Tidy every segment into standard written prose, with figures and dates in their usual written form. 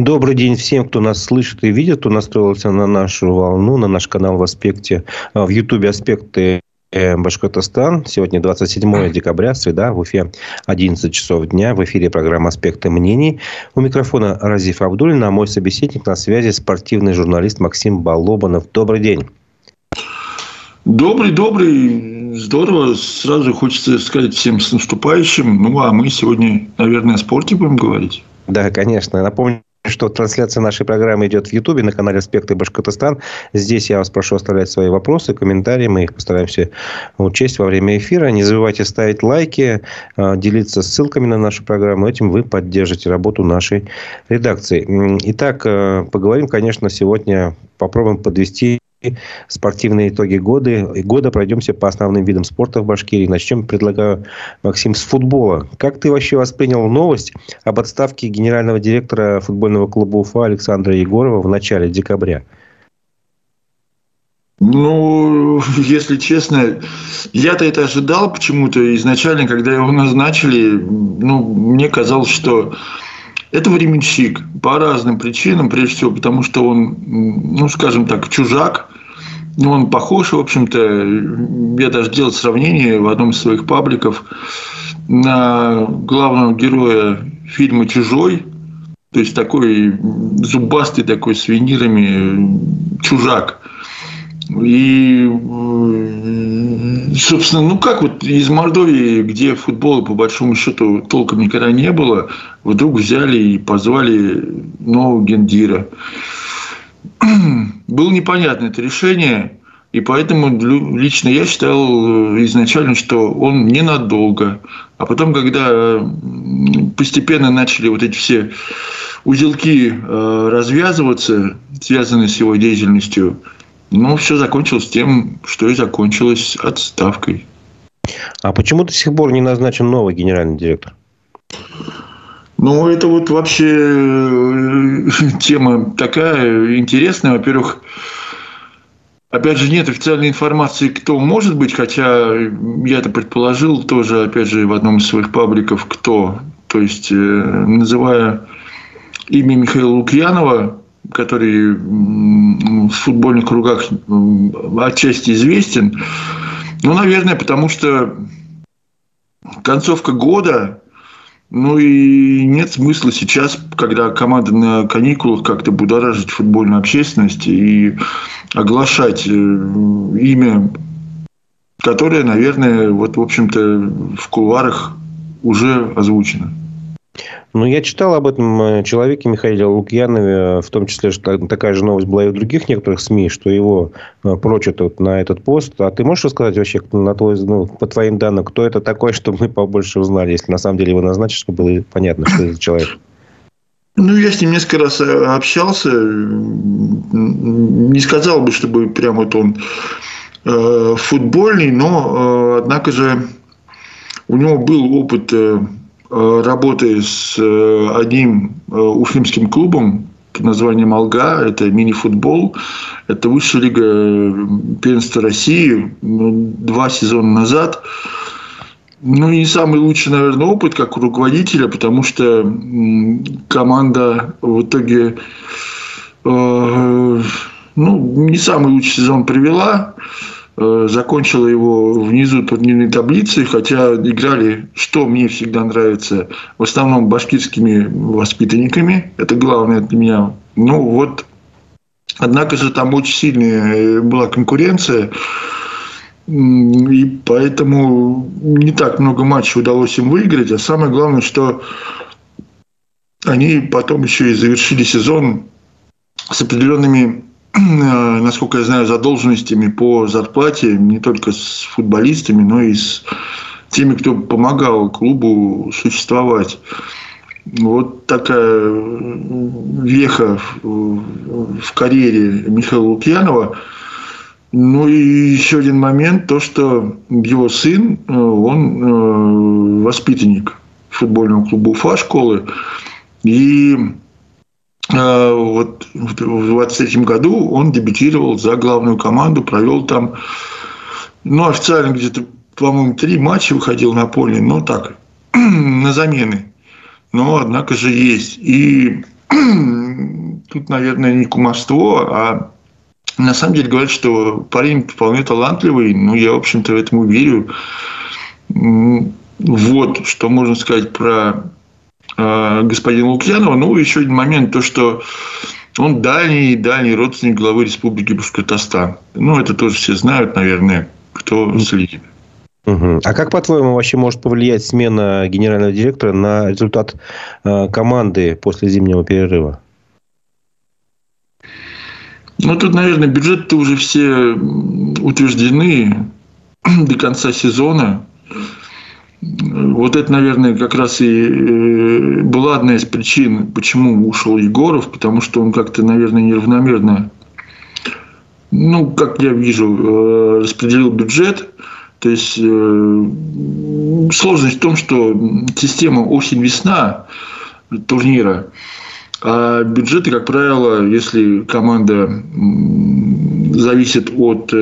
Добрый день всем, кто нас слышит и видит, кто настроился на нашу волну, на наш канал в Аспекте, в Ютубе «Аспекты Башкортостан». Сегодня 27 декабря, среда, в Уфе 11 часов дня. В эфире программа «Аспекты мнений». У микрофона Разиф Абдуллин, а мой собеседник на связи спортивный журналист Максим Балобанов. Добрый день. Добрый. Здорово. Сразу хочется сказать всем с наступающим. Ну, а мы сегодня, наверное, о спорте будем говорить. Да, конечно. Напомню, что трансляция нашей программы идет в Ютубе на канале «Аспекты Башкортостан». Здесь я вас прошу оставлять свои вопросы, комментарии. Мы их постараемся учесть во время эфира. Не забывайте ставить лайки, делиться ссылками на нашу программу. Этим вы поддержите работу нашей редакции. Итак, поговорим, конечно, сегодня. Попробуем подвести спортивные итоги года. Пройдемся по основным видам спорта в Башкирии. Начнем, предлагаю, Максим, с футбола. Как ты вообще воспринял новость об отставке генерального директора футбольного клуба Уфа Александра Егорова в начале декабря? Ну, если честно, я-то это ожидал почему-то изначально, когда его назначили. Мне казалось, что это временщик по разным причинам. Прежде всего, потому что он, скажем так, чужак. Он похож, в общем-то, я даже делал сравнение в одном из своих пабликов на главного героя фильма «Чужой». То есть, такой зубастый, такой с винирами чужак. И, собственно, как вот из Мордовии, где футбола, по большому счету, толком никогда не было, вдруг взяли и позвали нового гендира. Было непонятно это решение, и поэтому лично я считал изначально, что он ненадолго. А потом, когда постепенно начали вот эти все узелки развязываться, связанные с его деятельностью, все закончилось тем, что и закончилось отставкой. А почему до сих пор не назначен новый генеральный директор? Это вот вообще тема такая интересная. Во-первых, опять же, нет официальной информации, кто может быть, хотя я это предположил тоже, опять же, в одном из своих пабликов, кто. То есть, называя имя Михаила Лукьянова, который в футбольных кругах отчасти известен. Наверное, потому что концовка года, и нет смысла сейчас, когда команда на каникулах, как-то будоражить футбольную общественность и оглашать имя, которое, наверное, в общем-то, в кулуарах уже озвучено. Я читал об этом человеке, Михаиле Лукьянове, в том числе, что такая же новость была и в других некоторых СМИ, что его прочат на этот пост. А ты можешь рассказать вообще, по твоим данным, кто это такой, чтобы мы побольше узнали, если на самом деле его назначат, чтобы было понятно, что это человек? Я с ним несколько раз общался. Не сказал бы, чтобы прям вот он футбольный, но, однако же, у него был опыт работы с одним уфимским клубом под названием «Алга». Это мини-футбол. Это высшая лига первенства России 2 сезона назад. И самый лучший, наверное, опыт как у руководителя, потому что команда в итоге не самый лучший сезон провела. Закончила его внизу турнирной таблицы, хотя играли, что мне всегда нравится, в основном башкирскими воспитанниками. Это главное для меня. Однако же там очень сильная была конкуренция, и поэтому не так много матчей удалось им выиграть. А самое главное, что они потом еще и завершили сезон с определенными, насколько я знаю, задолженностями по зарплате не только с футболистами, но и с теми, кто помогал клубу существовать. Вот такая веха в карьере Михаила Лукьянова. И еще один момент, то, что его сын, он воспитанник футбольного клуба Уфа школы. И вот в 2023 году он дебютировал за главную команду, провел там, официально где-то, по-моему, 3 матча выходил на поле, на замены. Но, однако же, есть. И тут, наверное, не кумовство, а на самом деле говорят, что парень вполне талантливый. Ну, я, в общем-то, в этом верю. Вот, что можно сказать про господина Лукьянова. Ну, еще один момент, то, что он дальний родственник главы Республики Башкортостан. Ну, это тоже все знают, наверное, кто следит. А как, по-твоему, вообще может повлиять смена генерального директора на результат команды после зимнего перерыва? Ну, тут, наверное, бюджеты уже все утверждены до конца сезона. Вот это, наверное, как раз и была одна из причин, почему ушел Егоров, потому что он как-то, наверное, неравномерно, ну, как я вижу, распределил бюджет. То есть сложность в том, что система осень-весна турнира, а бюджеты, как правило, если команда зависит от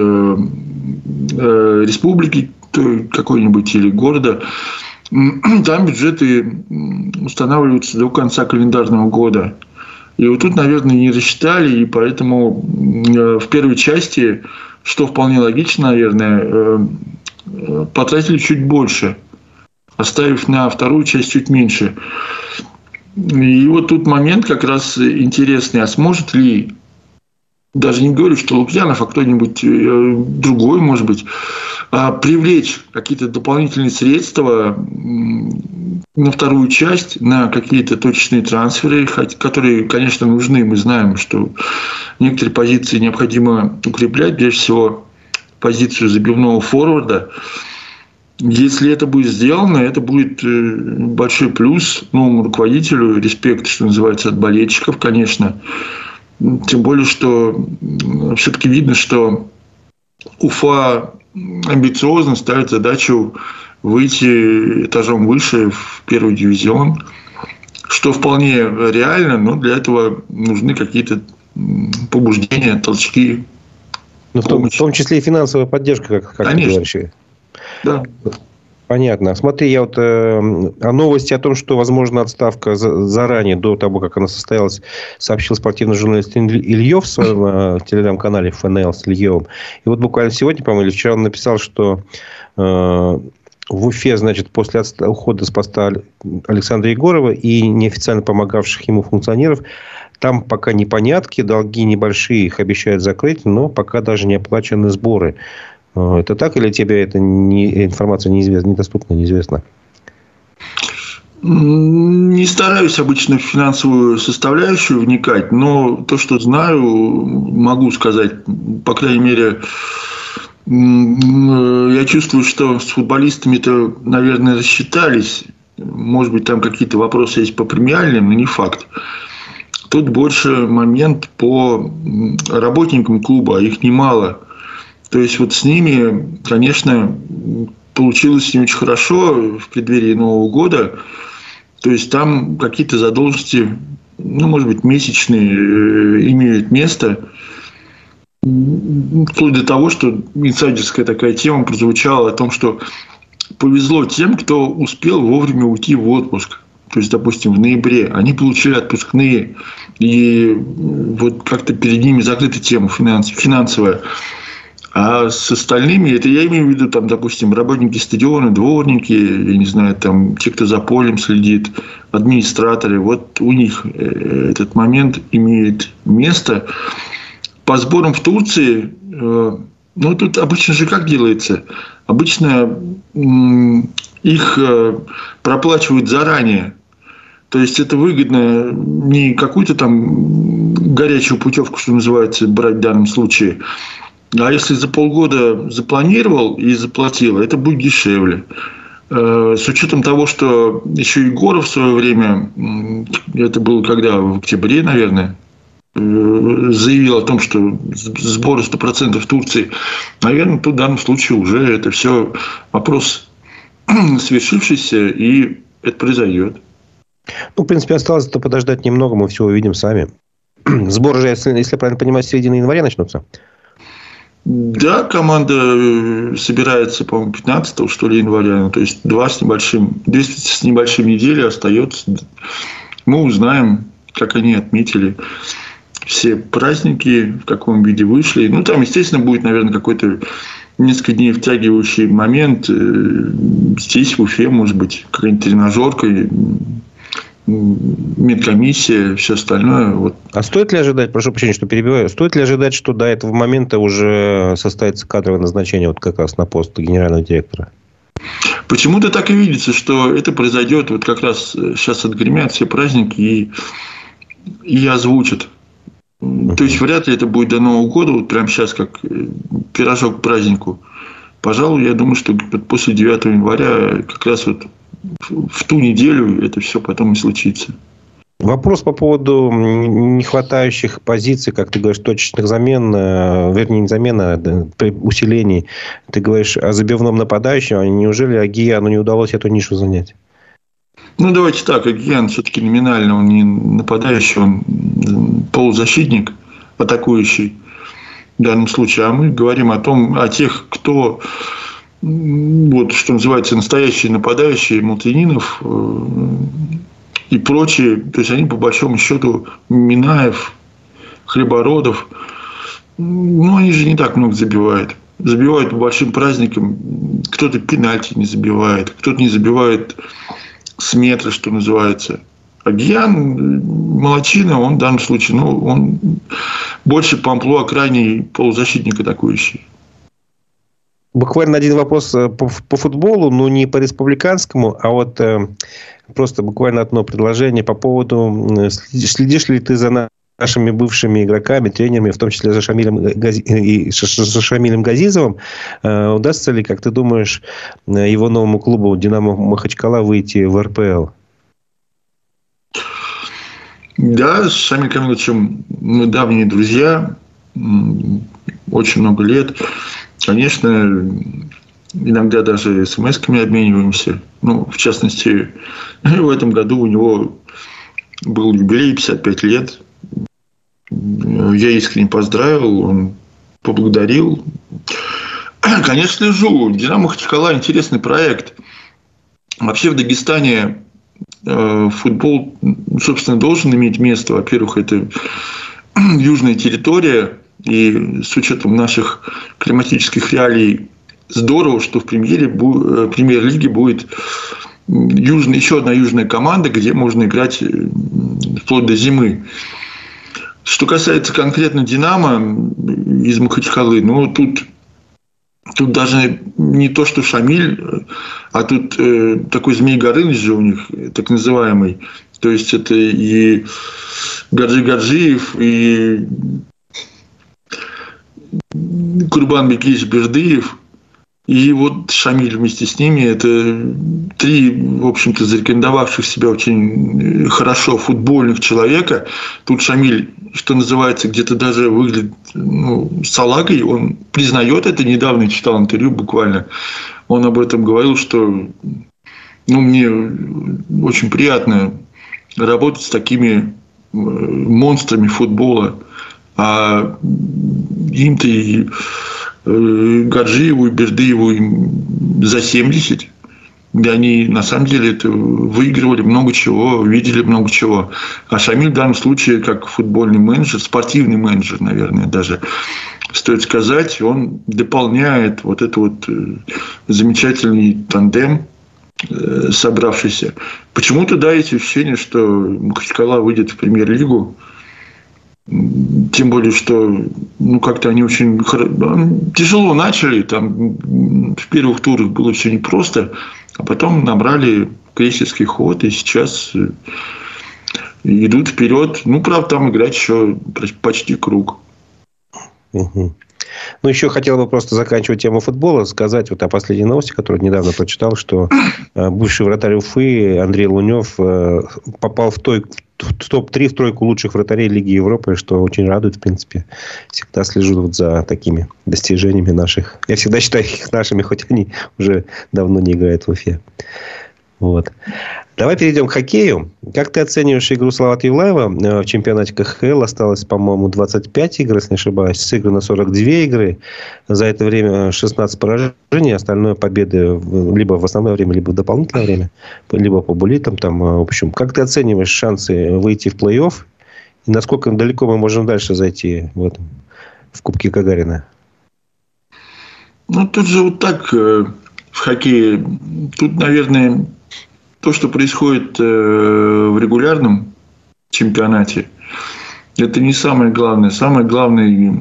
республики какой-нибудь или города, там бюджеты устанавливаются до конца календарного года. И вот тут, наверное, не рассчитали, и поэтому в первой части, что вполне логично, наверное, потратили чуть больше, оставив на вторую часть чуть меньше. И вот тут момент как раз интересный. А сможет ли, даже не говорю, что Лукьянов, а кто-нибудь другой, может быть, привлечь какие-то дополнительные средства на вторую часть, на какие-то точечные трансферы, которые, конечно, нужны. Мы знаем, что некоторые позиции необходимо укреплять, прежде всего позицию забивного форварда. Если это будет сделано, это будет большой плюс новому руководителю, респект, что называется, от болельщиков, конечно. Тем более, что все-таки видно, что Уфа амбициозно ставит задачу выйти этажом выше в первый дивизион, что вполне реально, но для этого нужны какие-то побуждения, толчки. Ну, в том числе и финансовая поддержка, как ты говоришь. Да. Понятно. Смотри, я вот о новости о том, что возможна отставка заранее, до того, как она состоялась, сообщил спортивный журналист Ильев в своем телеграм-канале ФНЛ с Ильевым. И вот буквально сегодня, по-моему, или вчера он написал, что в Уфе, значит, после ухода с поста Александра Егорова и неофициально помогавших ему функционеров, там пока непонятки, долги небольшие, их обещают закрыть, но пока даже не оплачены сборы. Это так или тебе эта информация неизвестна, недоступна, неизвестна? Не стараюсь обычно в финансовую составляющую вникать, но то, что знаю, могу сказать. По крайней мере, я чувствую, что с футболистами-то, наверное, рассчитались. Может быть, там какие-то вопросы есть по премиальным, но не факт. Тут больше момент по работникам клуба, а их немало. То есть, вот с ними, конечно, получилось не очень хорошо в преддверии Нового года. То есть, там какие-то задолженности, ну, может быть, месячные имеют место. Вплоть до того, что инсайдерская такая тема прозвучала о том, что повезло тем, кто успел вовремя уйти в отпуск. То есть, допустим, в ноябре они получили отпускные, и вот как-то перед ними закрыта тема финансовая. А с остальными, это я имею в виду, там, допустим, работники стадиона, дворники, я не знаю, там, те, кто за полем следит, администраторы, вот у них этот момент имеет место. По сборам в Турции, ну, тут обычно же как делается? Обычно их проплачивают заранее. То есть, это выгодно не какую-то там горячую путевку, что называется, брать в данном случае. А если за полгода запланировал и заплатил, это будет дешевле. С учетом того, что еще Егоров в свое время, это было когда, в октябре, наверное, заявил о том, что сборы 100% в Турции, наверное, тут в данном случае уже это все вопрос свершившийся, и это произойдет. Ну, в принципе, осталось-то подождать немного, мы все увидим сами. Сборы же, если я правильно понимаю, с середины января начнутся? Да, команда собирается, по-моему, 15 что ли, января. Ну, то есть 2 с небольшим недели остается. Мы узнаем, как они отметили все праздники, в каком виде вышли. Ну, там, естественно, будет, наверное, какой-то несколько дней втягивающий момент. Здесь, в Уфе, может быть, какая-нибудь тренажерка, медкомиссия, все остальное. Вот. А стоит ли ожидать, прошу прощения, что перебиваю, стоит ли ожидать, что до этого момента уже состоится кадровое назначение вот как раз на пост генерального директора? Почему-то так и видится, что это произойдет вот как раз сейчас отгремят все праздники и озвучат. То есть вряд ли это будет до Нового года, вот прямо сейчас, как пирожок к празднику. Пожалуй, я думаю, что после 9 января как раз вот в ту неделю это все потом и случится. Вопрос по поводу нехватающих позиций, как ты говоришь, точечных замен, вернее, не замен, а усилений. Ты говоришь о забивном нападающем. Неужели Агияну не удалось эту нишу занять? Ну, давайте так. Агиян все-таки номинально, он не нападающий, он полузащитник, атакующий в данном случае. А мы говорим о тех, кто, вот, что называется, настоящие нападающие, Мултининов и прочие. То есть, они, по большому счету, Минаев, Хлебородов, ну, они же не так много забивают. Забивают по большим праздникам. Кто-то пенальти не забивает, кто-то не забивает с метра, что называется. Агиян молодчина, он в данном случае, ну, он больше по амплуа крайний полузащитник атакующий. Буквально один вопрос по футболу, но не по республиканскому, а вот просто буквально одно предложение по поводу, следишь ли ты за нашими бывшими игроками, тренерами, в том числе за Шамилем Газизовым, удастся ли, как ты думаешь, его новому клубу «Динамо Махачкала» выйти в РПЛ? Да, с Шамилем Камиловичем мы давние друзья, очень много лет. Конечно, иногда даже смс-ками обмениваемся. Ну, в частности, в этом году у него был юбилей, 55 лет. Я искренне поздравил, он поблагодарил. Конечно, слежу. «Динамо Махачкала» – интересный проект. Вообще в Дагестане футбол, собственно, должен иметь место. Во-первых, это южная территория. И с учетом наших климатических реалий здорово, что в премьер-лиге будет еще одна южная команда, где можно играть вплоть до зимы. Что касается конкретно «Динамо» из Махачкалы, ну, тут даже не то, что Шамиль, а тут такой Змей Горыныч же у них, так называемый. То есть, это и Гаджи Гаджиев, и Курбан Бекеевич Бердыев, и вот Шамиль вместе с ними. Это три, в общем-то, зарекомендовавших себя очень хорошо футбольных человека. Тут Шамиль, что называется, где-то даже выглядит салагой. Он признает это. Недавно я читал интервью буквально. Он об этом говорил, что мне очень приятно работать с такими монстрами футбола. А им-то и Гаджиеву, и Бердыеву за 70. И они, на самом деле, это выигрывали много чего, видели много чего. А Шамиль в данном случае, как футбольный менеджер, спортивный менеджер, наверное, даже стоит сказать, он дополняет вот этот вот замечательный тандем, собравшийся. Почему-то, да, есть ощущение, что Махачкала выйдет в премьер-лигу. Тем более, что как-то они очень тяжело начали. Там в первых турах было все непросто, а потом набрали крейсерский ход и сейчас идут вперед. Правда, там играть еще почти круг. Угу. Еще хотел бы просто заканчивать тему футбола, сказать вот о последней новости, которую недавно прочитал, что бывший вратарь Уфы Андрей Лунев попал в топ-3, в тройку лучших вратарей Лиги Европы, что очень радует, в принципе. Всегда слежу за такими достижениями наших. Я всегда считаю их нашими, хоть они уже давно не играют в Уфе. Вот. Давай перейдем к хоккею. Как ты оцениваешь игру Салавата Юлаева в чемпионате КХЛ? Осталось, по-моему, 25 игр, если не ошибаюсь. Сыграно 42 игры. За это время 16 поражений. Остальное победы либо в основное время, либо в дополнительное время. Либо по буллитам. В общем, как ты оцениваешь шансы выйти в плей-офф насколько далеко мы можем дальше зайти в Кубке Гагарина? Ну, тут же вот так в хоккее. Тут, наверное, то, что происходит в регулярном чемпионате, это не самое главное. Самая главная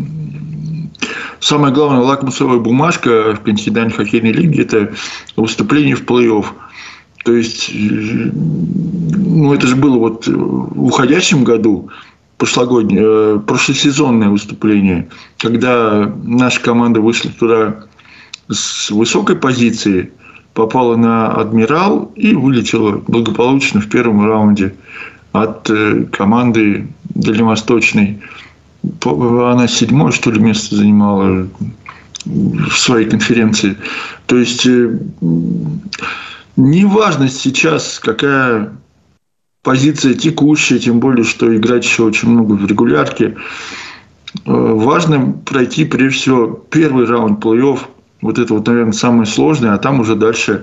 лакмусовая бумажка в континентальной хоккейной лиге – это выступление в плей-офф. То есть, это же было вот в уходящем году, прошлосезонное выступление, когда наша команда вышла туда с высокой позиции, попала на «Адмирал» и вылетела благополучно в первом раунде от команды дальневосточной. Она 7-е, что ли, место занимала в своей конференции. То есть, неважно сейчас, какая позиция текущая, тем более, что играть еще очень много в регулярке. Важно пройти, прежде всего, первый раунд плей-офф. Вот это вот, наверное, самое сложное, а там уже дальше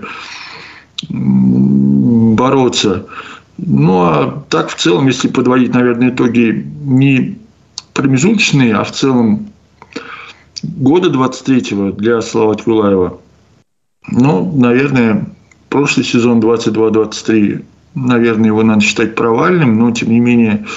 бороться. Ну, а так, в целом, если подводить, наверное, итоги не промежуточные, а в целом года 23-го для Салавата Юлаева, наверное, прошлый сезон 22-23, наверное, его надо считать провальным, но, тем не менее,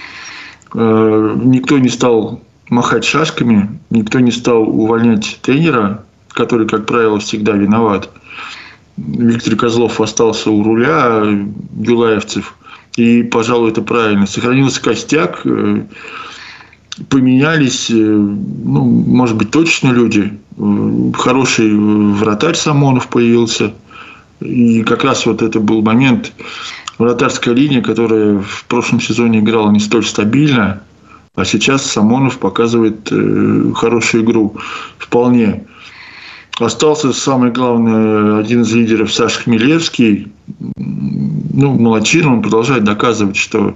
никто не стал махать шашками, никто не стал увольнять тренера, который, как правило, всегда виноват. Виктор Козлов остался у руля, юлаевцев, и, пожалуй, это правильно. Сохранился костяк, поменялись, может быть, точно люди. Хороший вратарь Самонов появился. И как раз вот это был момент, вратарская линия, которая в прошлом сезоне играла не столь стабильно, а сейчас Самонов показывает хорошую игру. Вполне. Остался, самое главное, один из лидеров Саша Хмелевский. Молодчина, он продолжает доказывать, что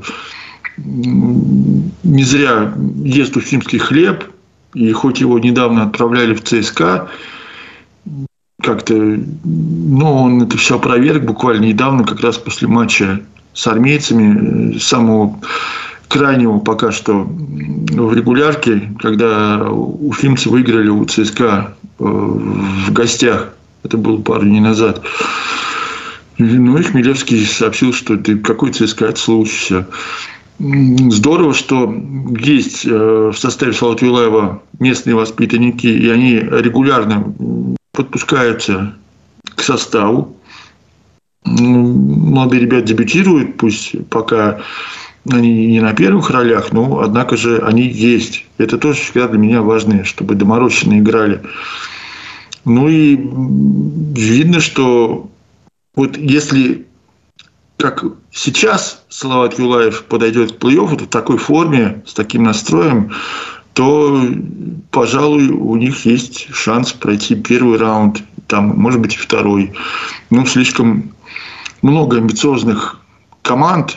не зря ест уфимский хлеб. И хоть его недавно отправляли в ЦСКА, как-то, он это все опроверг буквально недавно, как раз после матча с армейцами, самого крайнего пока что в регулярке, когда уфимцы выиграли у ЦСКА в гостях. Это было пару дней назад. И Хмелевский сообщил, что ты какой ЦСКА, это случай все. Здорово, что есть в составе Салавата Юлаева местные воспитанники, и они регулярно подпускаются к составу. Молодые ребята дебютируют, пусть пока они не на первых ролях, но, однако же, они есть. Это тоже всегда для меня важно, чтобы доморощенные играли. И видно, что вот если, как сейчас Салават Юлаев подойдет к плей-оффу в такой форме, с таким настроем, то, пожалуй, у них есть шанс пройти первый раунд, там, может быть, и второй. Слишком много амбициозных команд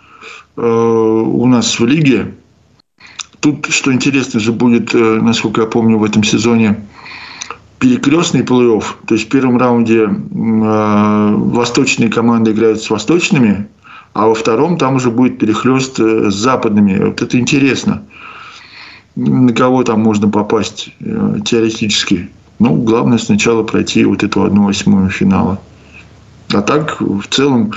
у нас в лиге. Тут, что интересно же, будет, насколько я помню, в этом сезоне перекрестный плей-офф. То есть в первом раунде восточные команды играют с восточными, а во втором там уже будет перехлест с западными. Вот это интересно. На кого там можно попасть теоретически. Главное сначала пройти вот эту 1/8 финала. А так, в целом,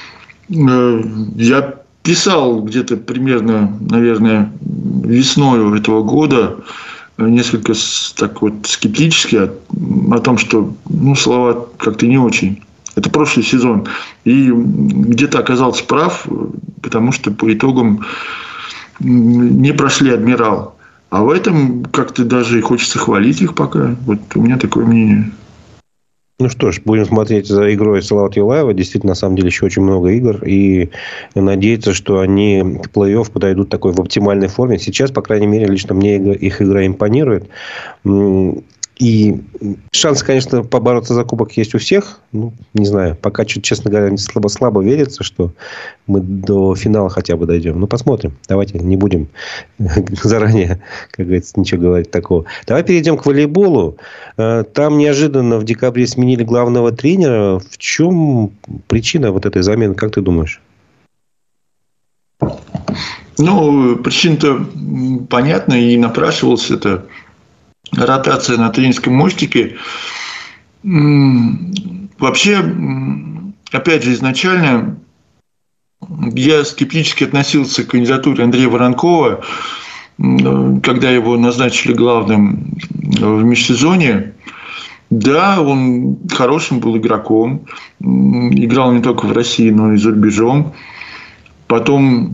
я писал где-то примерно, наверное, весною этого года несколько так вот скептически о том, что Салават как-то не очень. Это прошлый сезон. И где-то оказался прав, потому что по итогам не прошли «Адмирал». А в этом как-то даже и хочется хвалить их пока. Вот у меня такое мнение. Что ж, будем смотреть за игрой Салавата Юлаева. Действительно, на самом деле, еще очень много игр. И надеяться, что они к плей-офф подойдут такой в оптимальной форме. Сейчас, по крайней мере, лично мне их игра импонирует. И шанс, конечно, побороться за кубок есть у всех. Не знаю, пока, честно говоря, слабо верится, что мы до финала хотя бы дойдем. Посмотрим. Давайте не будем заранее, как говорится, ничего говорить такого. Давай перейдем к волейболу. Там неожиданно в декабре сменили главного тренера. В чем причина вот этой замены, как ты думаешь? Ну, причина-то понятна и напрашивалась. Это ротация на тренерском мостике. Вообще, опять же, изначально я скептически относился к кандидатуре Андрея Воронкова, когда его назначили главным в межсезонье. Да, он хорошим был игроком, играл не только в России, но и за рубежом. Потом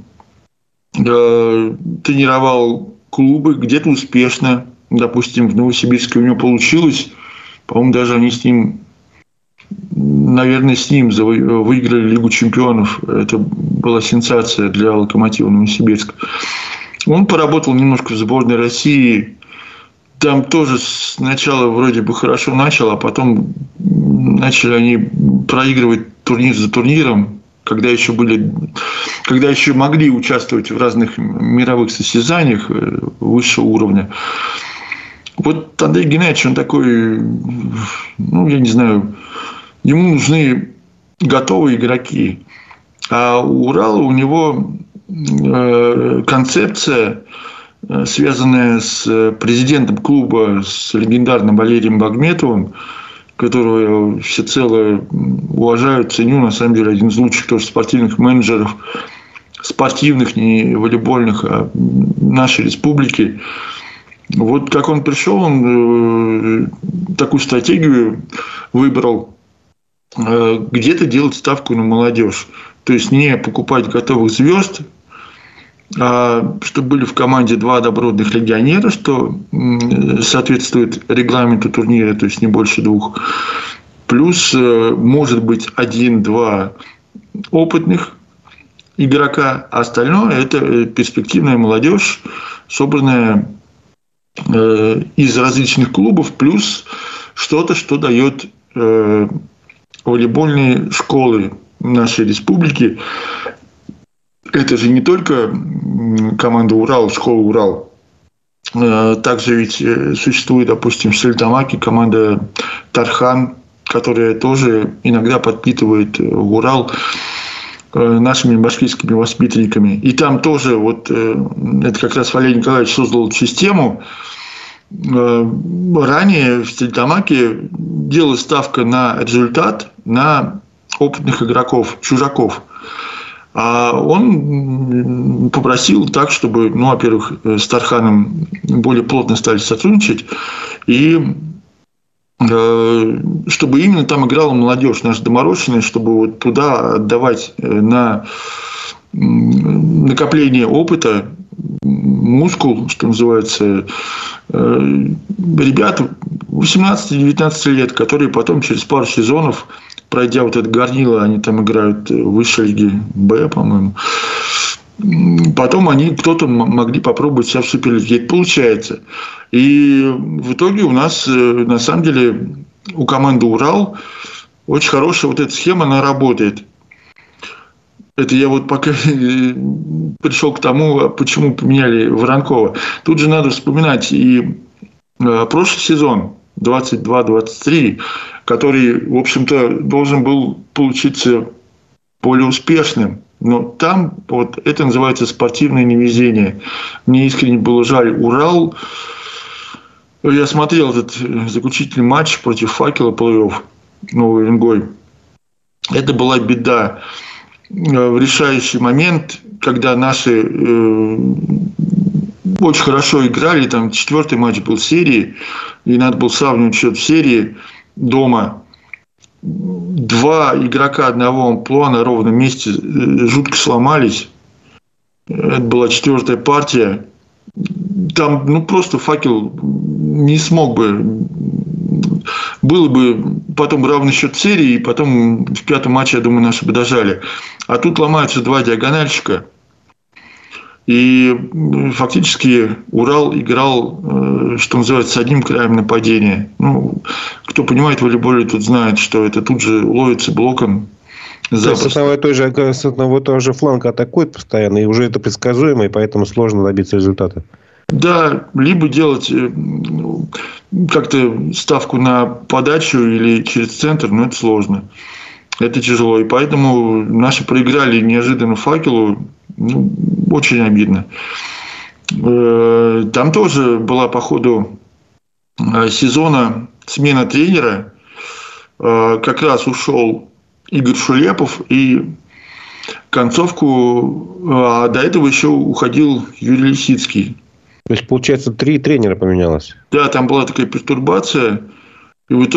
тренировал клубы где-то успешно. Допустим, в Новосибирске у него получилось. По-моему, даже они с ним, наверное, выиграли Лигу чемпионов. Это была сенсация для «Локомотива» Новосибирска. Он поработал немножко в сборной России. Там тоже сначала вроде бы хорошо начал, а потом начали они проигрывать турнир за турниром, когда еще могли участвовать в разных мировых состязаниях высшего уровня. Вот Андрей Геннадьевич, он такой, я не знаю, ему нужны готовые игроки. А у Урала у него концепция, связанная с президентом клуба, с легендарным Валерием Багметовым, которого я всецело уважаю, ценю, на самом деле, один из лучших тоже спортивных менеджеров, спортивных, не волейбольных, а нашей республики. Вот как он пришел, он такую стратегию выбрал, где-то делать ставку на молодежь. То есть не покупать готовых звезд, а чтобы были в команде 2 добротных легионера, что соответствует регламенту турнира, то есть не больше 2. Плюс, может быть, 1-2 опытных игрока, а остальное – это перспективная молодежь, собранная из различных клубов, плюс что-то, что дает волейбольные школы нашей республики. Это же не только команда «Урал», школа «Урал». Также ведь существует, допустим, в Стерлитамаке команда «Тархан», которая тоже иногда подпитывает «Урал» нашими башкирскими воспитанниками. И там тоже это как раз Валерий Николаевич создал систему. Ранее в Стерлитамаке делалась ставка на результат, на опытных игроков, чужаков. А он попросил так, чтобы, во-первых, с Тарханом более плотно стали сотрудничать, и чтобы именно там играла молодежь, наша доморощенная, чтобы туда отдавать на накопление опыта, мускул, что называется, ребят 18-19 лет, которые потом через пару сезонов, пройдя это горнило, они там играют в высшей лиге Б, по-моему. Потом кто-то могли попробовать себя в Суперлиге. Это получается. И в итоге у нас, на самом деле, у команды «Урал» очень хорошая эта схема, она работает. Это я пока пришел к тому, почему поменяли Воронкова. Тут же надо вспоминать и прошлый сезон, 22-23, который, в общем-то, должен был получиться более успешным. Но там это называется спортивное невезение. Мне искренне было жаль Урал. Я смотрел этот заключительный матч против «Факела» плей-офф Новый Уренгой. Это была беда. В решающий момент, когда наши очень хорошо играли, там 4-й матч был в серии, и надо было сравнивать счет в серии дома. 2 игрока одного амплуа на ровном месте жутко сломались. Это была 4-я партия. Там просто «Факел» не смог бы. Было бы потом равный счет серии, и потом в 5-м матче, я думаю, наши бы дожали. А тут ломаются 2 диагональщика. И фактически Урал играл, что называется, с одним краем нападения. Кто понимает в волейболе, тут знает, что это тут же ловится блоком. С одного и того же фланга атакует постоянно, и уже это предсказуемо, и поэтому сложно добиться результата. Да, либо делать как-то ставку на подачу или через центр, но это сложно. Это тяжело. И поэтому наши проиграли неожиданно «Факелу». Ну, очень обидно. Там тоже была по ходу сезона смена тренера. Как раз ушел Игорь Шулепов, и концовку, а до этого еще уходил Юрий Лисицкий. То есть, получается, 3 тренера поменялось? Да, там была такая пертурбация. И в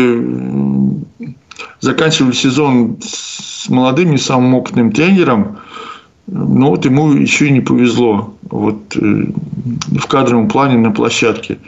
итоге заканчивали сезон с молодым, не самым опытным тренером. Но вот ему еще и не повезло вот, в кадровом плане на площадке.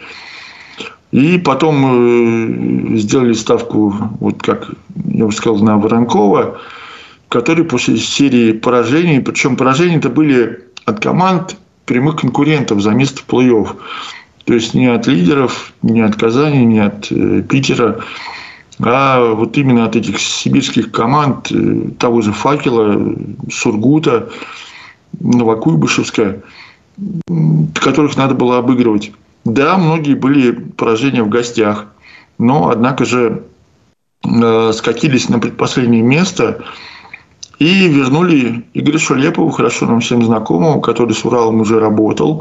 И потом сделали ставку, вот как я уже сказал, на Воронкова, который после серии поражений, причем поражения-то были от команд прямых конкурентов за место в плей-офф. То есть не от лидеров, не от Казани, не от Питера, а вот именно от этих сибирских команд, того же «Факела», «Сургута», «Новокуйбышевска», которых надо было обыгрывать. Да, многие были поражения в гостях, но, однако же, скатились на предпоследнее место и вернули Игоря Шулепова, хорошо нам всем знакомого, который с Уралом уже работал,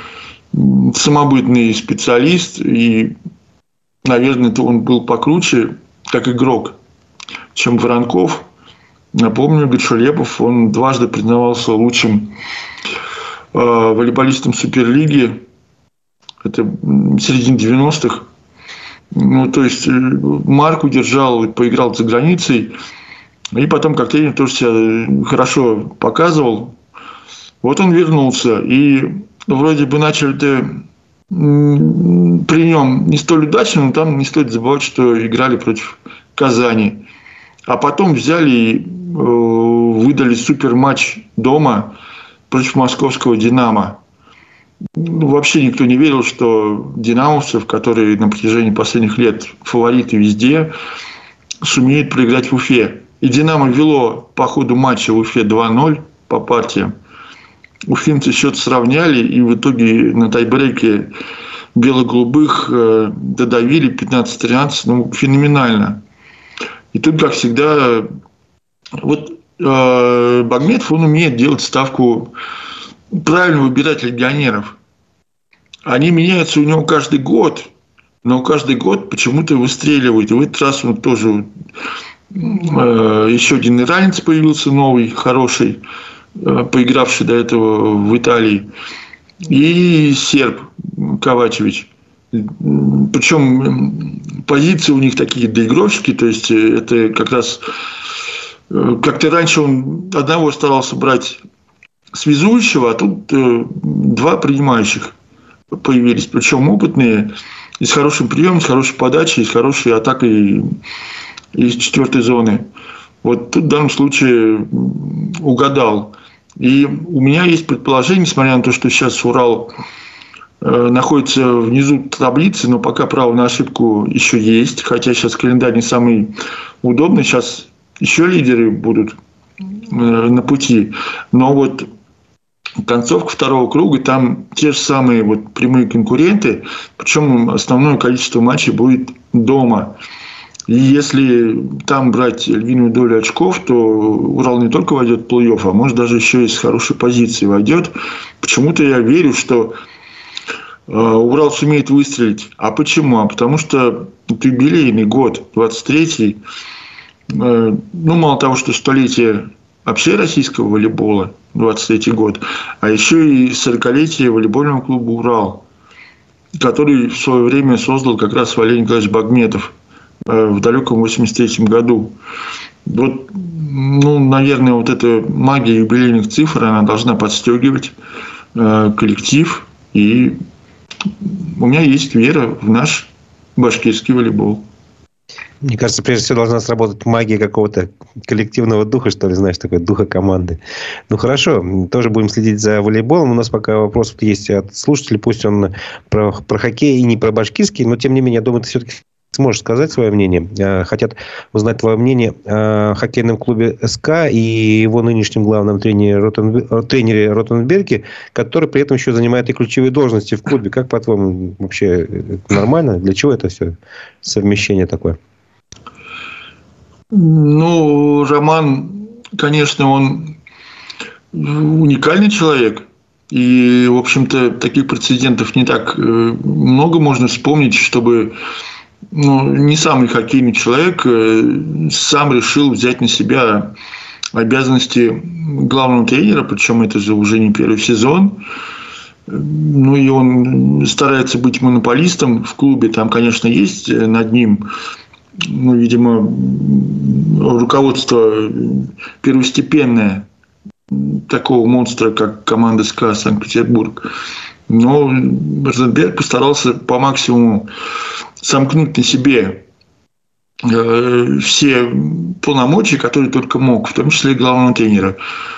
самобытный специалист, и, наверное, он был покруче, как игрок, чем Воронков. Напомню, Игорь Шулепов, он дважды признавался лучшим волейболистом Суперлиги. Это в середине 90-х. Ну, то есть, марку держал, поиграл за границей. И потом, как тренер, тоже себя хорошо показывал. Вот он вернулся. И вроде бы начали-то при нем не столь удачно, но там не стоит забывать, что играли против Казани. А потом взяли и выдали суперматч дома против московского «Динамо». Вообще никто не верил, что динамовцев, которые на протяжении последних лет фавориты везде, сумеют проиграть в Уфе. И «Динамо» вело по ходу матча в Уфе 2-0 по партиям. Уфимцы счет сравняли, и в итоге на тайбрейке бело-голубых додавили 15-13. Ну, феноменально. И тут, как всегда, вот Багметов, он умеет делать ставку, правильно выбирать легионеров. Они меняются у него каждый год, но каждый год почему-то выстреливают. И в этот раз он тоже еще один иранец появился новый, хороший, поигравший до этого в Италии. И серб Ковачевич. Причем позиции у них такие доигровщики, то есть это как раз как-то раньше он одного старался брать связующего, а тут 2 принимающих появились, причем опытные, и с хорошим приемом, с хорошей подачей, с хорошей атакой из 4-й зоны. Вот тут в данном случае угадал. И у меня есть предположение, несмотря на то, что сейчас Урал находится внизу таблицы, но пока право на ошибку еще есть, хотя сейчас календарь не самый удобный, сейчас еще лидеры будут на пути. Но вот концовка 2-го круга, там те же самые вот прямые конкуренты, причем основное количество матчей будет дома. И если там брать львиную долю очков, то Урал не только войдет в плей-офф, а может даже еще и с хорошей позиции войдет. Почему-то я верю, что Урал сумеет выстрелить. А почему? А потому что это юбилейный год, 23-й. Ну, мало того, что столетие вообще российского волейбола, 23-й год, а еще и 40-летие волейбольного клуба «Урал», который в свое время создал как раз Валерий Николаевич Багметов в далеком 83-м году. Вот, ну, наверное, вот эта магия юбилейных цифр, она должна подстегивать коллектив. И у меня есть вера в наш башкирский волейбол. Мне кажется, прежде всего должна сработать магия какого-то коллективного духа, что ли, знаешь, такой духа команды. Ну, хорошо, тоже будем следить за волейболом. У нас пока вопрос есть от слушателей, пусть он про хоккей и не про башкирский, но, тем не менее, я думаю, ты все-таки сможешь сказать свое мнение. Хотят узнать твое мнение о хоккейном клубе СК и его нынешнем главном тренере Ротенберге, который при этом еще занимает и ключевые должности в клубе. Как, по-твоему, вообще нормально? Для чего это все совмещение такое? Ну, Роман, конечно, он уникальный человек. И, в общем-то, таких прецедентов не так много можно вспомнить, чтобы не самый хоккейный человек сам решил взять на себя обязанности главного тренера, причем это же уже не первый сезон. Ну и он старается быть монополистом в клубе. Там, конечно, есть над ним, видимо, руководство первостепенное такого монстра, как команда СКА Санкт-Петербург. Но Ротенберг постарался по максимуму сомкнуть на себе все полномочия, которые только мог, в том числе и главного тренера.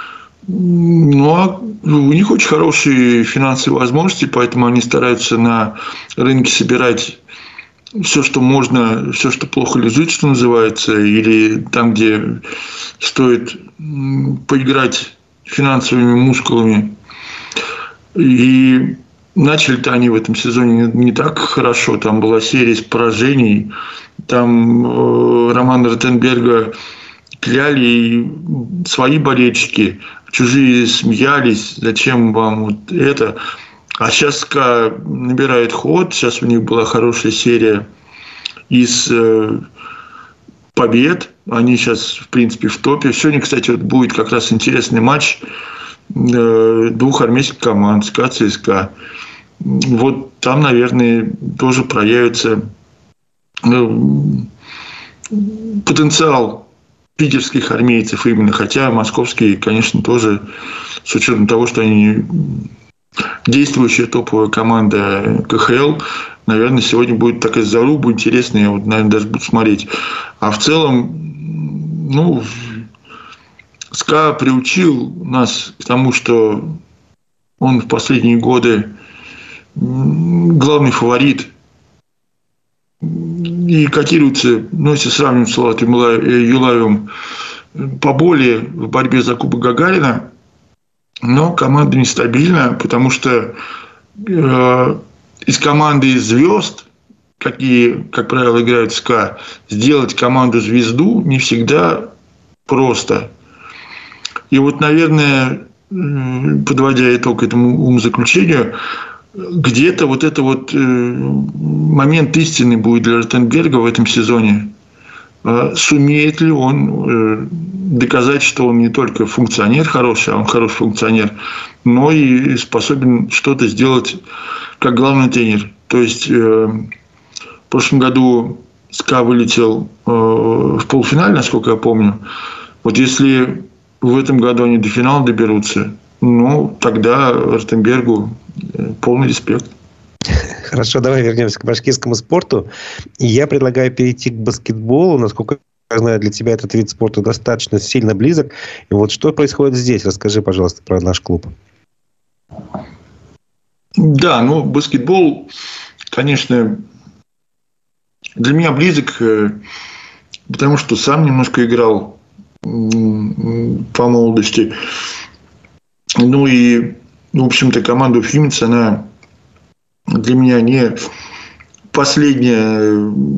А у них очень хорошие финансовые возможности, поэтому они стараются на рынке собирать все, что можно, все, что плохо лежит, что называется, или там, где стоит поиграть финансовыми мускулами. И начали-то они в этом сезоне не так хорошо. Там была серия из поражений. Там Романа Ротенберга кляли свои болельщики, чужие смеялись. Зачем вам вот это? А сейчас СКА набирает ход. Сейчас у них была хорошая серия из побед. Они сейчас, в принципе, в топе. Сегодня, кстати, вот будет как раз интересный матч двух армейских команд, СКА, ЦСКА. Вот там, наверное, тоже проявится потенциал питерских армейцев именно. Хотя московские, конечно, тоже, с учетом того, что они действующая топовая команда КХЛ, наверное, сегодня будет такая заруба интересная, я вот, наверное, даже буду смотреть. А в целом, СКА приучил нас к тому, что он в последние годы главный фаворит и котируется, если сравнивать с Латвием Юлаевым, поболее в борьбе за Кубок Гагарина. Но команда нестабильна, потому что из команды звезд, какие, как правило, играют в СКА, сделать команду-звезду не всегда просто. И вот, наверное, подводя итог этому умозаключению, где-то вот это вот момент истины будет для Ротенберга в этом сезоне. Сумеет ли он доказать, что он не только функционер хороший, а он хороший функционер, но и способен что-то сделать как главный тренер. То есть в прошлом году СКА вылетел в полуфинале, насколько я помню. Вот если в этом году они до финала доберутся, тогда Ротенбергу полный респект. Хорошо, давай вернемся к башкирскому спорту. И я предлагаю перейти к баскетболу. Насколько я знаю, для тебя этот вид спорта достаточно сильно близок. И вот что происходит здесь? Расскажи, пожалуйста, про наш клуб. Да, баскетбол, конечно, для меня близок, потому что сам немножко играл по молодости. И, в общем-то, команда Уфимец, она для меня не последняя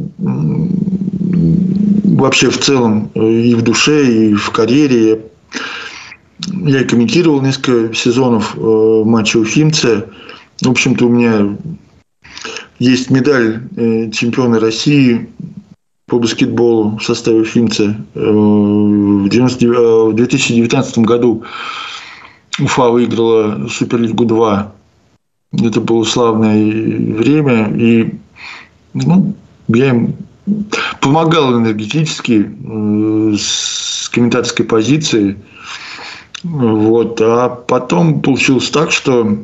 вообще в целом и в душе, и в карьере. Я и комментировал несколько сезонов матча Уфимца. В общем-то, у меня есть медаль чемпиона России по баскетболу в составе Уфимца. В 2019 году Уфа выиграла Суперлигу 2. Это было славное время. И я им помогал энергетически с комментаторской позиции. А потом получилось так, что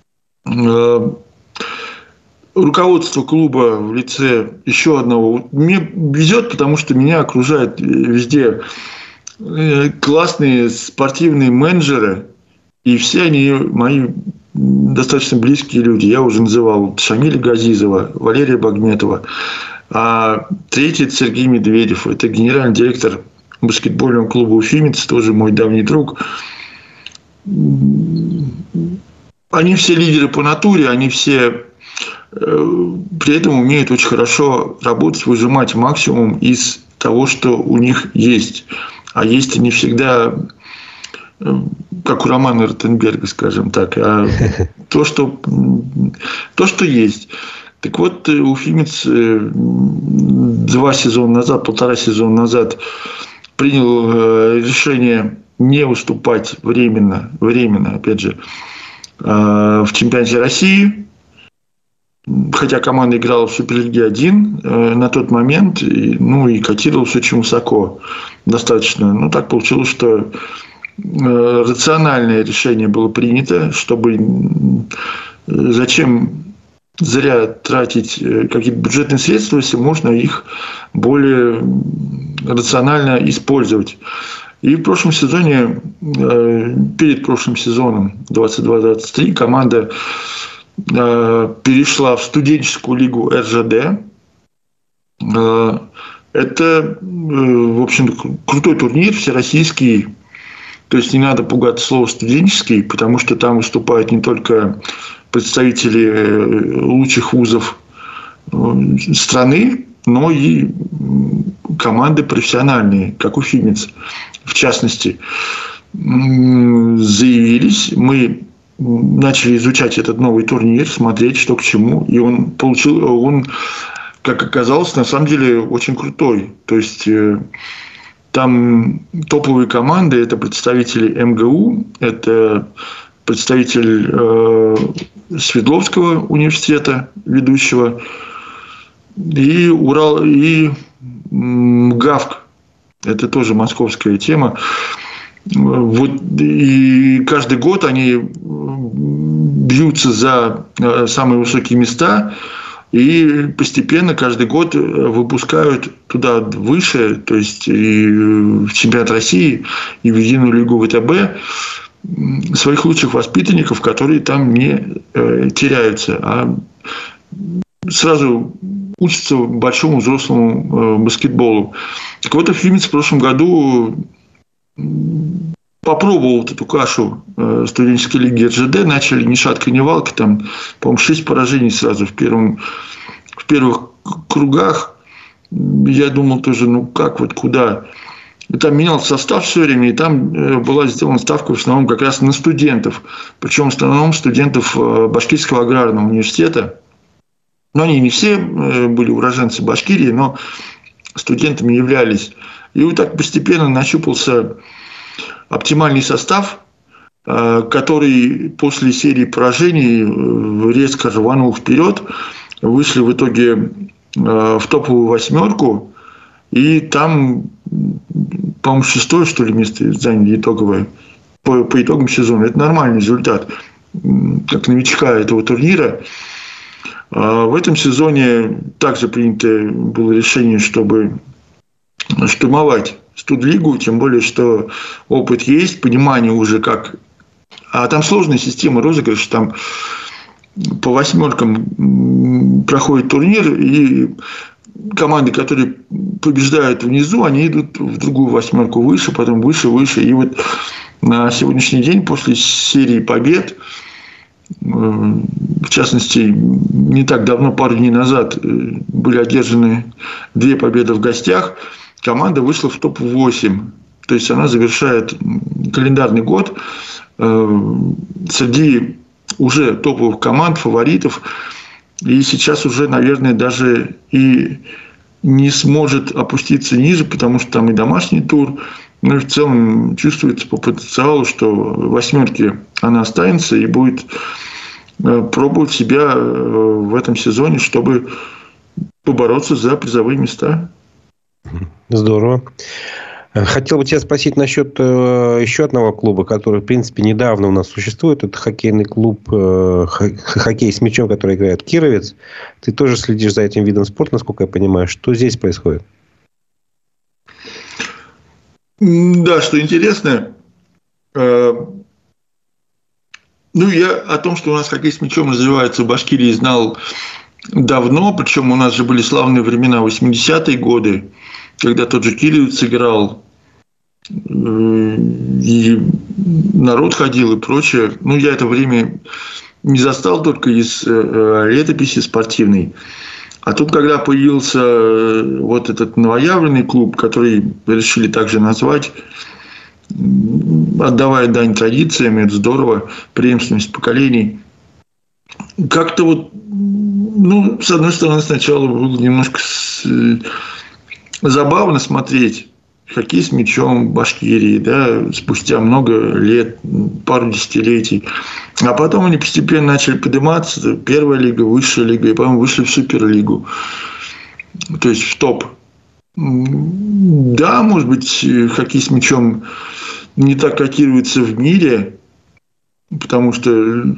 руководство клуба в лице еще одного. Мне везет, потому что меня окружают везде классные спортивные менеджеры, и все они мои достаточно близкие люди. Я уже называл Шамиля Газизова, Валерия Багметова. А третий – это Сергей Медведев. Это генеральный директор баскетбольного клуба «Уфимец», тоже мой давний друг. Они все лидеры по натуре, они все при этом умеют очень хорошо работать, выжимать максимум из того, что у них есть. А есть они всегда как у Романа Ротенберга, скажем так, а то, что есть. Так вот, Уфимец 1,5 сезона назад принял решение не уступать временно, опять же, в чемпионате России, хотя команда играла в Суперлиге 1 на тот момент, и котировалась очень высоко достаточно. Ну, так получилось, что рациональное решение было принято, чтобы зачем зря тратить какие-то бюджетные средства, если можно их более рационально использовать. И в прошлом сезоне, перед прошлым сезоном 22-23, команда перешла в студенческую лигу РЖД. Это, в общем, крутой турнир, всероссийский. То есть не надо пугаться слова «студенческий», потому что там выступают не только представители лучших вузов страны, но и команды профессиональные, как Уфимец, в частности, заявились. Мы начали изучать этот новый турнир, смотреть, что к чему, и он, как оказалось, на самом деле очень крутой. То есть там топовые команды – это представители МГУ, это представитель Свердловского университета ведущего, и ГАВК, это тоже московская тема. Вот, и каждый год они бьются за самые высокие места, и постепенно каждый год выпускают туда выше, то есть и в чемпионат России, и в единую лигу ВТБ своих лучших воспитанников, которые там не теряются, а сразу учатся большому взрослому баскетболу. Так вот, Уфимец в прошлом году попробовал вот эту кашу студенческой лиги РЖД, начали ни шатка, ни валка, там, по-моему, 6 поражений сразу в первых кругах. Я думал тоже, куда? И там менялся состав все время, и там была сделана ставка в основном как раз на студентов. Причем в основном студентов Башкирского аграрного университета. Но они не все были уроженцы Башкирии, но студентами являлись. И вот так постепенно нащупался оптимальный состав, который после серии поражений резко рванул вперед. Вышли в итоге в топовую 8, и там, по-моему, 6-е, что ли, место заняли итоговое по итогам сезона. Это нормальный результат как новичка этого турнира. В этом сезоне также принято было решение, чтобы штурмовать студлигу, тем более, что опыт есть, понимание уже как. А там сложная система розыгрыша, там по 8 проходит турнир, и команды, которые побеждают внизу, они идут в другую 8 выше, потом выше. И вот на сегодняшний день, после серии побед, в частности, не так давно, пару дней назад, были одержаны 2 победы в гостях, команда вышла в топ-8. То есть она завершает календарный год среди уже топовых команд, фаворитов. И сейчас уже, наверное, даже и не сможет опуститься ниже, потому что там и домашний тур. Ну и в целом чувствуется по потенциалу, что в 8 она останется и будет пробовать себя в этом сезоне, чтобы побороться за призовые места. Здорово. Хотел бы тебя спросить насчет еще одного клуба, который, в принципе, недавно у нас существует. Это хоккейный клуб «Хоккей с мячом», который играет Кировец. Ты тоже следишь за этим видом спорта, насколько я понимаю. Что здесь происходит? Да, что интересно. Я о том, что у нас хоккей с мячом развивается в Башкирии, знал давно. Причем у нас же были славные времена 80-е годы, когда тот же Кировец играл, и народ ходил и прочее. Я это время не застал только из летописи спортивной. А тут, когда появился вот этот новоявленный клуб, который решили также назвать отдавая дань традициям, это здорово, преемственность поколений. Как-то вот, ну, с одной стороны, сначала было немножко забавно смотреть хоккей с мячом в Башкирии, да, спустя много лет, пару десятилетий. А потом они постепенно начали подниматься, первая лига, высшая лига, и потом вышли в Суперлигу, то есть в топ. Да, может быть, хоккей с мячом не так котируется в мире, потому что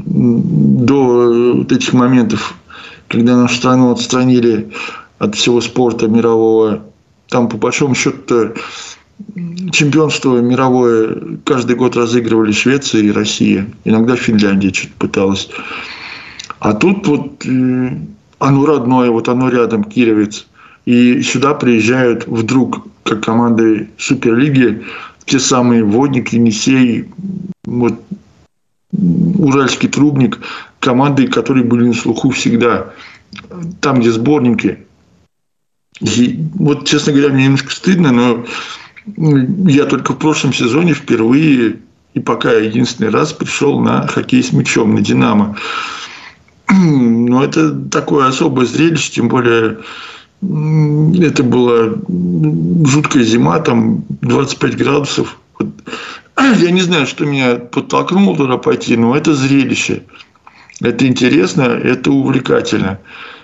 до вот этих моментов, когда нашу страну отстранили от всего спорта мирового, там, по большому счету, чемпионство мировое каждый год разыгрывали Швеция и Россия. Иногда Финляндия что-то пыталась. А тут вот оно родное, вот оно рядом, Кировец. И сюда приезжают вдруг, как команды Суперлиги, те самые Водник, Енисей, вот, Уральский Трубник, команды, которые были на слуху всегда. Там, где сборники. И вот, честно говоря, мне немножко стыдно, но я только в прошлом сезоне впервые и пока единственный раз пришел на хоккей с мячом, на «Динамо». Но это такое особое зрелище, тем более это была жуткая зима, там 25 градусов. Я не знаю, что меня подтолкнуло туда пойти, но это зрелище. Это интересно, это увлекательно.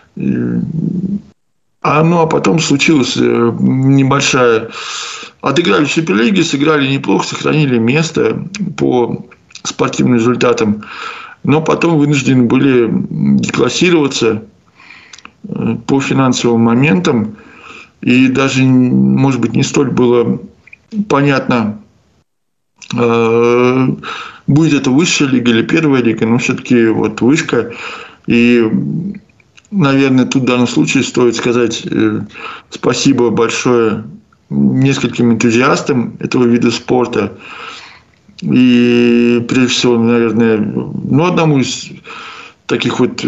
А потом случилась небольшая... Отыграли в Суперлиге, сыграли неплохо, сохранили место по спортивным результатам. Но потом вынуждены были деклассироваться по финансовым моментам. И даже, может быть, не столь было понятно, будет это высшая лига или первая лига, но все-таки вот вышка. И... Наверное, тут в данном случае стоит сказать спасибо большое нескольким энтузиастам этого вида спорта. И, прежде всего, наверное, одному из таких вот...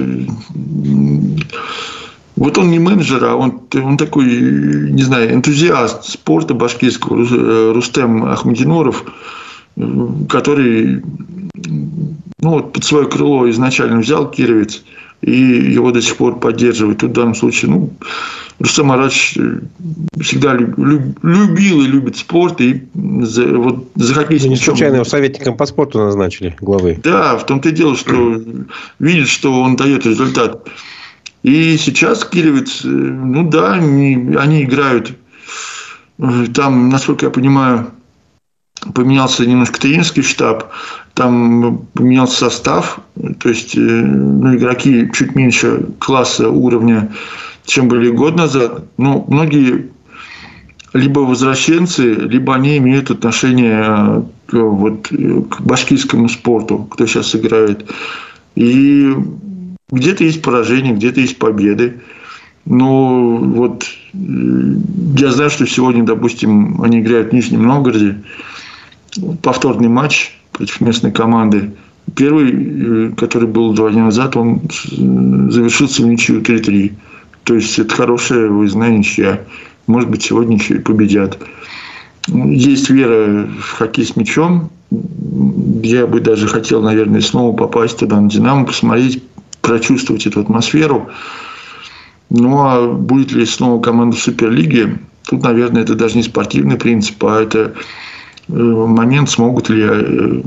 Вот он не менеджер, а он такой, не знаю, энтузиаст спорта башкирского, Рустем Ахмадинуров, который под свое крыло изначально взял Кировец, и его до сих пор поддерживает. Тут в данном случае, Рустем Маратович всегда любил и любит спорт, и за хоккей с мячом... Не случайно его советником по спорту назначили, главы. Да, в том-то и дело, что видит, что он дает результат. И сейчас Кировец, они играют. Там, насколько я понимаю, поменялся немножко тренерский штаб, там поменялся состав, то есть игроки чуть меньше класса, уровня, чем были год назад. Но многие либо возвращенцы, либо они имеют отношение к башкирскому спорту, кто сейчас играет. И где-то есть поражения, где-то есть победы. Но я знаю, что сегодня, допустим, они играют в Нижнем Новгороде. Повторный матч против местной команды. Первый, который был 2 дня назад, он завершился в ничью 3-3. То есть это хорошая выездная ничья. Может быть, сегодня еще и победят. Есть вера в хоккей с мячом. Я бы даже хотел, наверное, снова попасть туда на «Динамо», посмотреть, прочувствовать эту атмосферу. А будет ли снова команда в Суперлиге? Тут, наверное, это даже не спортивный принцип, а это момент, смогут ли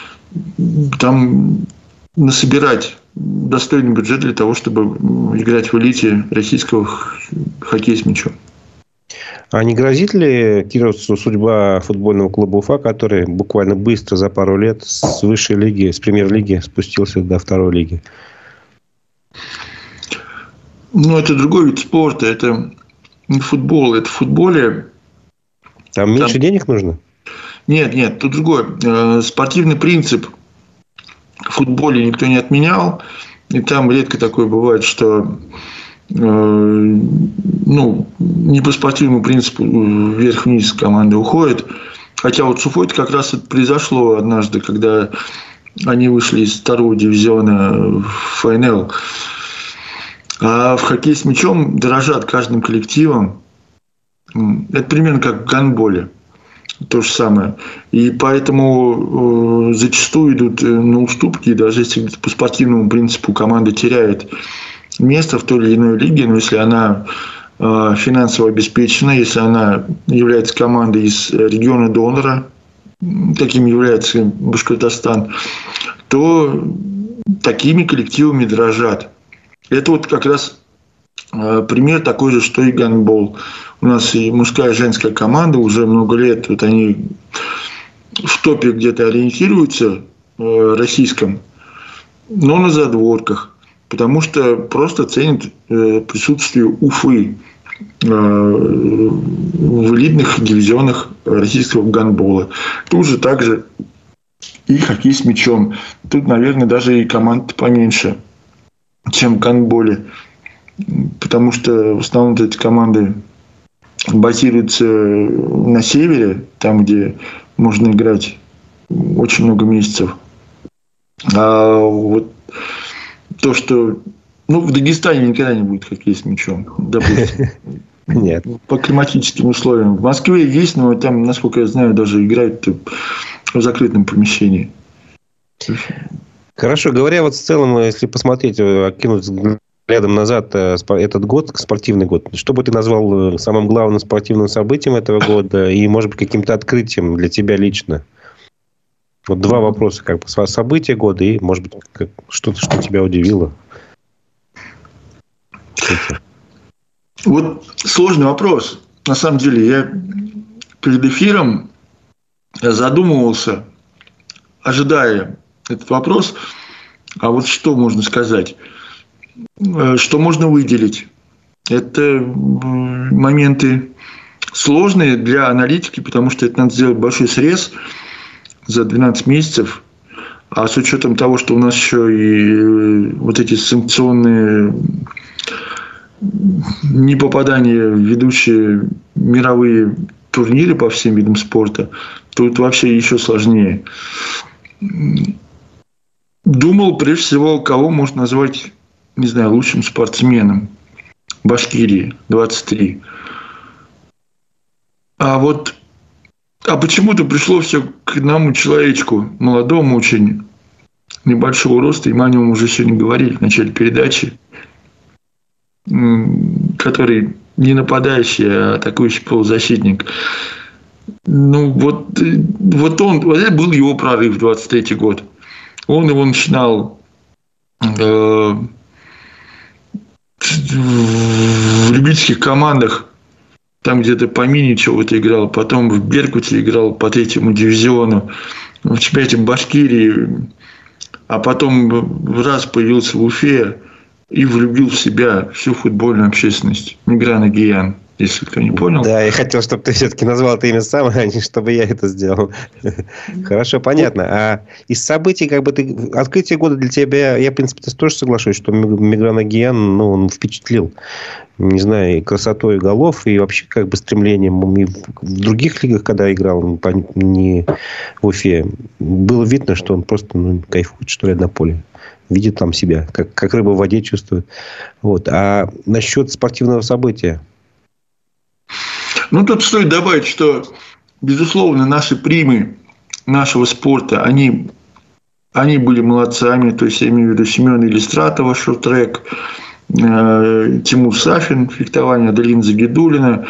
там насобирать достойный бюджет для того, чтобы играть в элите российского хоккея с мячом. А не грозит ли кировцу судьба футбольного клуба «Уфа», который буквально быстро за пару лет с высшей лиги, с премьер-лиги спустился до второй лиги? Это другой вид спорта, это не футбол, это в футболе. Там меньше денег нужно? Нет, тут другое. Спортивный принцип в футболе никто не отменял. И там редко такое бывает, что не по спортивному принципу вверх-вниз команда уходит. Хотя с Уфой как раз это произошло однажды, когда они вышли из 2-го дивизиона в ФНЛ. А в хоккей с мячом дорожат каждым коллективом. Это примерно как в гандболе. то же самое. И поэтому зачастую идут на уступки, даже если по спортивному принципу команда теряет место в той или иной лиге, но если она финансово обеспечена, если она является командой из региона донора, каким является Башкортостан, то такими коллективами дрожат. Это вот как раз пример такой же, что и гандбол. У нас и мужская, и женская команда уже много лет, вот они в топе где-то ориентируются российском, но на задворках, потому что просто ценят присутствие Уфы в элитных дивизионах российского гандбола. Тут же также и хоккей с мячом. Тут, наверное, даже и команд поменьше, чем в гандболе. Потому что в основном эти команды базируются на севере, там, где можно играть очень много месяцев. А вот то, что... в Дагестане никогда не будет хоккей с мячом, допустим. Нет. По климатическим условиям. В Москве есть, но там, насколько я знаю, даже играют в закрытом помещении. Хорошо. Говоря вот в целом, если посмотреть, окинуть взглядом назад этот год, спортивный год, что бы ты назвал самым главным спортивным событием этого года и, может быть, каким-то открытием для тебя лично? Вот два вопроса. Как бы события года и, может быть, что-то, что тебя удивило. Вот сложный вопрос. На самом деле, я перед эфиром задумывался, ожидая этот вопрос. А вот что можно сказать? Что можно выделить? Это моменты сложные для аналитики, потому что это надо сделать большой срез за 12 месяцев. А с учетом того, что у нас еще и вот эти санкционные непопадания в ведущие мировые турниры по всем видам спорта, тут вообще еще сложнее. Думал, прежде всего, кого можно назвать, не знаю, лучшим спортсменом Башкирии, 23. А почему-то пришло все к одному человечку, молодому очень, небольшого роста, и мы о нем уже сегодня говорили в начале передачи, который не нападающий, а атакующий полузащитник. Вот это был его прорыв, 23-й год. Он его начинал в любительских командах, там где-то по мини чего-то играл, потом в Беркуте играл по 3-му дивизиону, в чемпионате Башкирии, а потом раз появился в Уфе и влюбил в себя всю футбольную общественность. Мигран Агиян, если кто не понял. Да, я хотел, чтобы ты все-таки назвал это имя сам, а не чтобы я это сделал. Хорошо, понятно. А из событий, открытие года для тебя, я, в принципе, тоже соглашусь, что Мигран Агиян, он впечатлил, не знаю, красотой голов и вообще стремлением. И в других лигах, когда играл, не в Уфе, было видно, что он просто кайфует, что ли, на поле. Видит там себя, как рыба в воде чувствует. Вот. А насчет спортивного события? Тут стоит добавить, что, безусловно, наши примы нашего спорта, они были молодцами. То есть, я имею в виду Семена Илистратова, шорт-трек, Тимур Сафин, фехтование, Аделина Загидулина.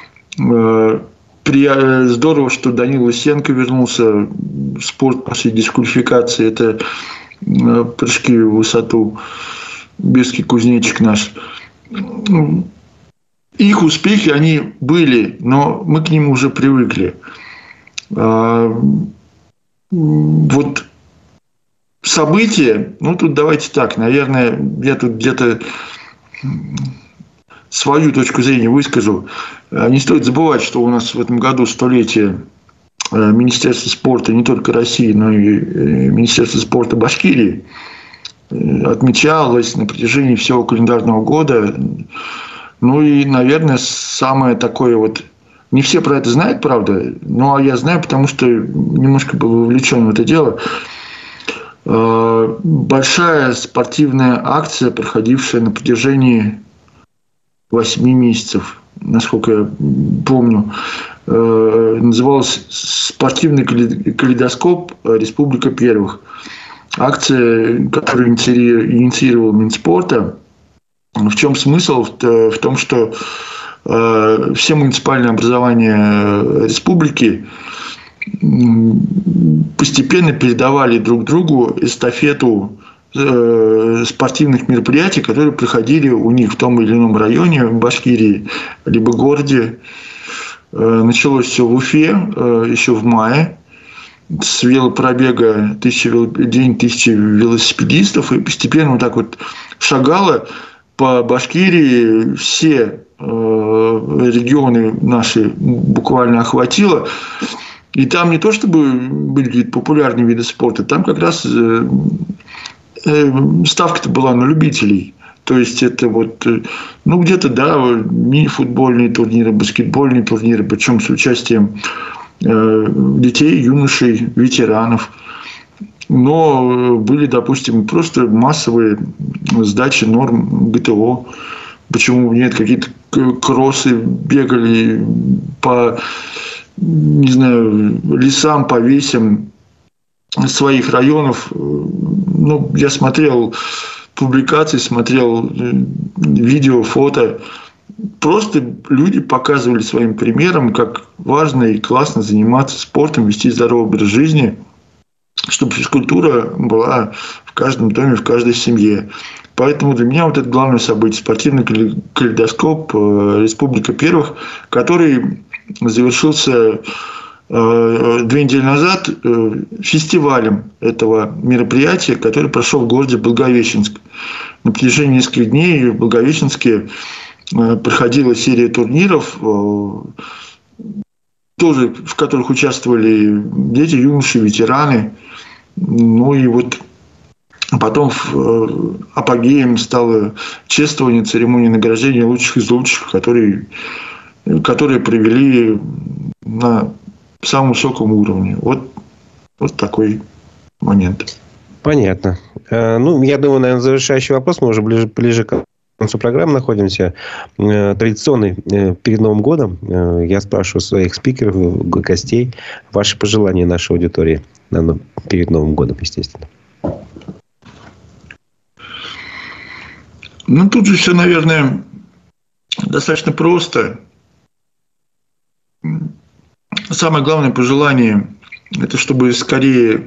Здорово, что Данил Лысенко вернулся в спорт после дисквалификации. Это прыжки в высоту, Бесский кузнечик наш. Их успехи, они были, но мы к ним уже привыкли. Вот события, тут давайте так, наверное, я тут где-то свою точку зрения выскажу. Не стоит забывать, что у нас в этом году 100-летие Министерства спорта не только России, но и Министерства спорта Башкирии отмечалось на протяжении всего календарного года. И, наверное, самое такое не все про это знают, правда, но я знаю, потому что немножко был вовлечен в это дело. Большая спортивная акция, проходившая на протяжении 8 месяцев, насколько я помню. называлась «Спортивный калейдоскоп. Республика первых». Акция, которую инициировал Минспорта. В чем смысл? В том, что все муниципальные образования республики постепенно передавали друг другу эстафету спортивных мероприятий, которые проходили у них в том или ином районе Башкирии, либо городе. Началось все в Уфе еще в мае с велопробега день 1000 велосипедистов, и постепенно вот так вот шагало по Башкирии, все регионы наши буквально охватило. И там не то, чтобы были какие-то популярные виды спорта, там как раз ставка-то была на любителей. То есть это вот, ну где-то, да, мини-футбольные турниры, баскетбольные турниры, причем с участием детей, юношей, ветеранов. Но были, допустим, просто массовые сдачи норм ГТО. Почему нет, какие-то кроссы бегали по, не знаю, лесам, по весям своих районов. Ну, я смотрел публикации, смотрел видео, фото. Просто люди показывали своим примером, как важно и классно заниматься спортом, вести здоровый образ жизни, чтобы физкультура была в каждом доме, в каждой семье. Поэтому для меня вот это главное событие – спортивный калейдоскоп «Республика первых», который завершился 2 недели назад фестивалем этого мероприятия, который прошел в городе Благовещенск. На протяжении нескольких дней в Благовещенске проходила серия турниров, тоже в которых участвовали дети, юноши, ветераны. Ну и вот потом апогеем стало чествование, церемония награждения лучших из лучших, которые провели на самом высоком уровне. Вот такой момент. Понятно. Ну, я думаю, наверное, завершающий вопрос. Мы уже ближе к концу программы находимся. Традиционный перед Новым годом я спрашиваю своих спикеров, гостей, ваши пожелания нашей аудитории перед Новым годом, естественно. Ну, тут же все, наверное, достаточно просто. Самое главное пожелание – это чтобы скорее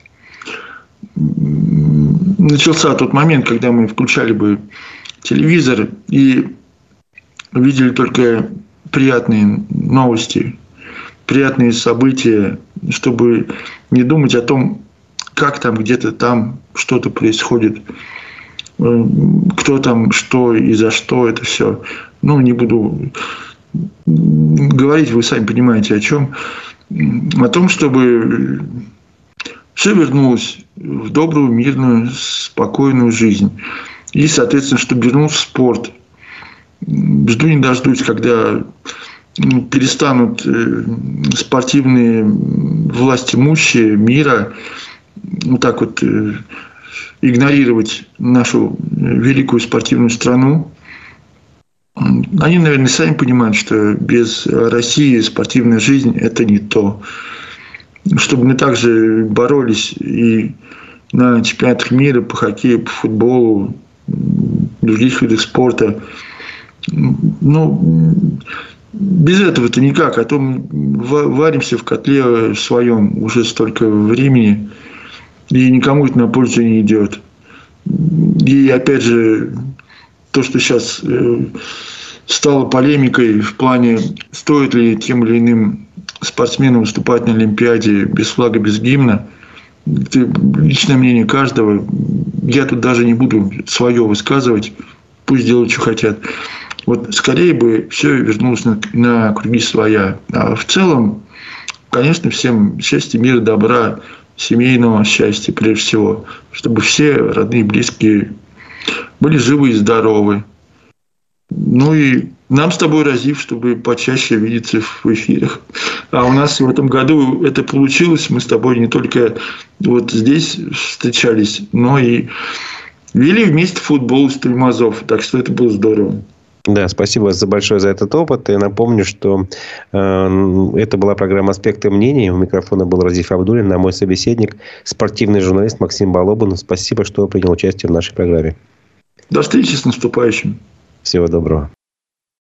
начался тот момент, когда мы включали бы телевизор и видели только приятные новости, приятные события, чтобы не думать о том, как там где-то там что-то происходит, кто там, что и за что это все. Ну, не буду говорить, вы сами понимаете о чем. О том, чтобы все вернулось в добрую, мирную, спокойную жизнь. И, соответственно, чтобы вернулся спорт. Жду не дождусь, когда перестанут спортивные властимущие мира вот так вот игнорировать нашу великую спортивную страну. Они, наверное, сами понимают, что без России спортивная жизнь – это не то. Чтобы мы также боролись и на чемпионатах мира по хоккею, по футболу, других видах спорта. Ну, без этого-то никак. А то мы варимся в котле своем уже столько времени, и никому это на пользу не идет. И опять же, то, что сейчас стало полемикой в плане, стоит ли тем или иным спортсменам выступать на Олимпиаде без флага, без гимна, это личное мнение каждого. Я тут даже не буду свое высказывать, пусть делают, что хотят. Вот скорее бы все вернулось на круги своя. А в целом, конечно, всем счастья, мира, добра, семейного счастья прежде всего, чтобы все родные и близкие были живы и здоровы. Ну и нам с тобой, Разив, чтобы почаще видеться в эфирах. А у нас в этом году это получилось. Мы с тобой не только вот здесь встречались, но и вели вместе футбол из Тельмазов. Так что это было здорово. Да, спасибо большое за этот опыт. И напомню, что это была программа «Аспекты мнений». У микрофона был Разиф Абдуллин, а мой собеседник – спортивный журналист Максим Балобин. Спасибо, что принял участие в нашей программе. До встречи, с наступающим. Всего доброго.